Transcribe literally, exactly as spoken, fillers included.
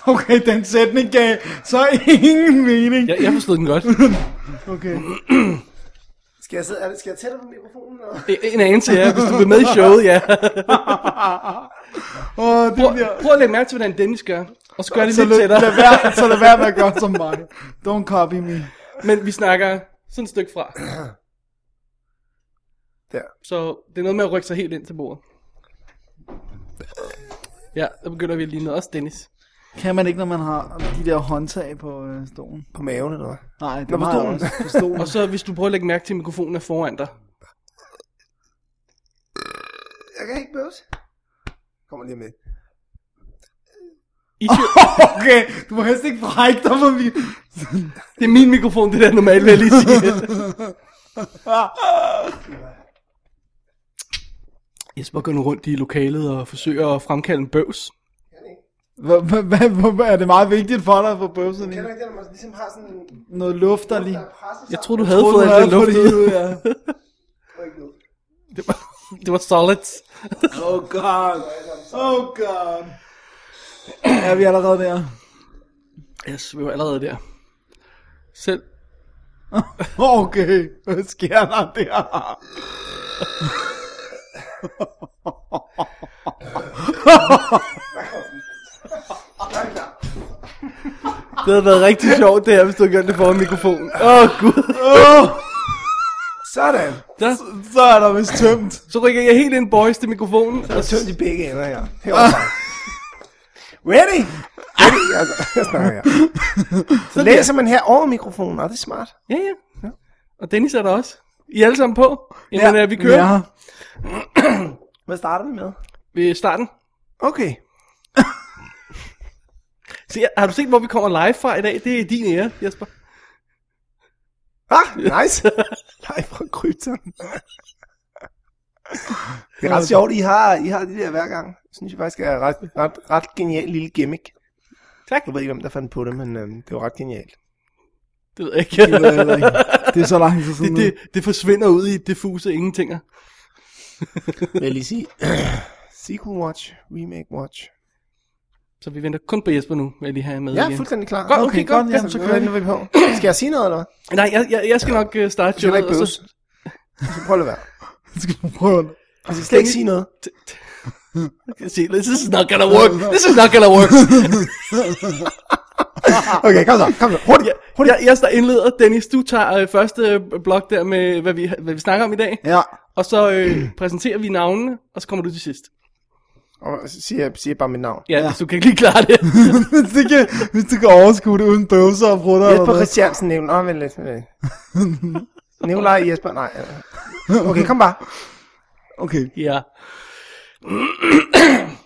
Okay, den sætning gav så ingen mening. Jeg, jeg forstod den godt. Okay. Skal jeg, sidde, er det, skal jeg tælle på mikrofonen? Eller? En anelse, ja. Hvis du vil med i showet, ja. oh, det prøv, bliver... prøv at lægge mærke til, hvordan Dennis gør. Og så gør det så lidt lad, tættere. lad være, så lad være med at gøre som mig. Don't copy me. Men vi snakker sådan et stykke fra. Der. Så det er noget med at rykke sig helt ind til bordet. Ja, der begynder vi at ligne også Dennis. Kan man ikke, når man har de der håndtag på øh, stolen? På maven eller hvad? Nej, det Nå, på har jeg stolen. også på stolen. Og så hvis du prøver at lægge mærke til, at mikrofonen er foran dig. Jeg kan ikke bøves. Kommer lige med. Okay, du må helst ikke frække dig for vi. Det er min mikrofon, det der normalt, vil jeg lige sige. Jesper går nu rundt i lokalet og forsøger at fremkalde en bøvs. Hvad er det meget vigtigt for dig at få bøvsen i? Kan du ikke det, når man ligesom har sådan noget luft, der lige... Jeg tror du havde fået alt det luft ud. Ja. det, var, det var solids. Oh god. Oh god. Er vi allerede der? Yes, vi var allerede der. Selv. Okay, hvad sker der der? Det havde været rigtig sjovt det her, hvis du havde gjort det foran mikrofonen. Åh oh, gud. Oh. Sådan. Så, så er der vist tømt. Så rykker jeg helt ind boys til mikrofonen. Så er der tømt i begge ender her. Herovre. Ready? Ready? Jeg, jeg snakker her. Så læser man her over mikrofonen, og det er smart. Ja, ja, ja. Og Dennis er der også. I er alle sammen på, inden ja, vi kører. Ja. Hvad starter vi med? Ved starten. Okay. Så har du set, hvor vi kommer live fra i dag? Det er din ære, Jesper. Ah, nice. Live fra Krypton. Det er ret sjovt, I har, I har de der hver gang. Jeg synes jeg faktisk er ret, ret, ret genial lille gimmick. Tak. Jeg ved ikke, hvem der fandt på det, men øhm, det var ret genialt. Det ved jeg ikke. Det, ved jeg ikke. Det er så langt så sådan det, det, det forsvinder ud i diffuse ingentinger. Vil jeg lige sige. Sequel watch, remake watch. Så vi venter kun på Jesper nu, vil jeg lige have med Ja, igen. fuldstændig klar. Godt, okay, okay, godt. Ja, så kører vi på. Skal jeg sige noget, eller hvad? Nej, jeg, jeg, jeg skal nok uh, starte showet. Jeg skal ikke så... Prøv at være. Skal du prøve det? Jeg skal slet ikke sige noget. See, this is not gonna work. This is not gonna work. Okay, kom så, kom så. Hurtigt, hurtigt. Jeg, jeg står indleder. Dennis, du tager øh, første blok der med, hvad vi, hvad vi snakker om i dag. Ja. Og så øh, præsenterer vi navnene, og så kommer du til sidst. Og så siger jeg siger bare mit navn. Ja, ja. Hvis du kan ikke lige klare det. hvis, du kan, hvis du kan overskue det uden bøvser og prutter. Jesper Christiansen nævner. Åh, vent lidt. Nævner Jesper? Nej. Okay, kom bare. Okay. Ja.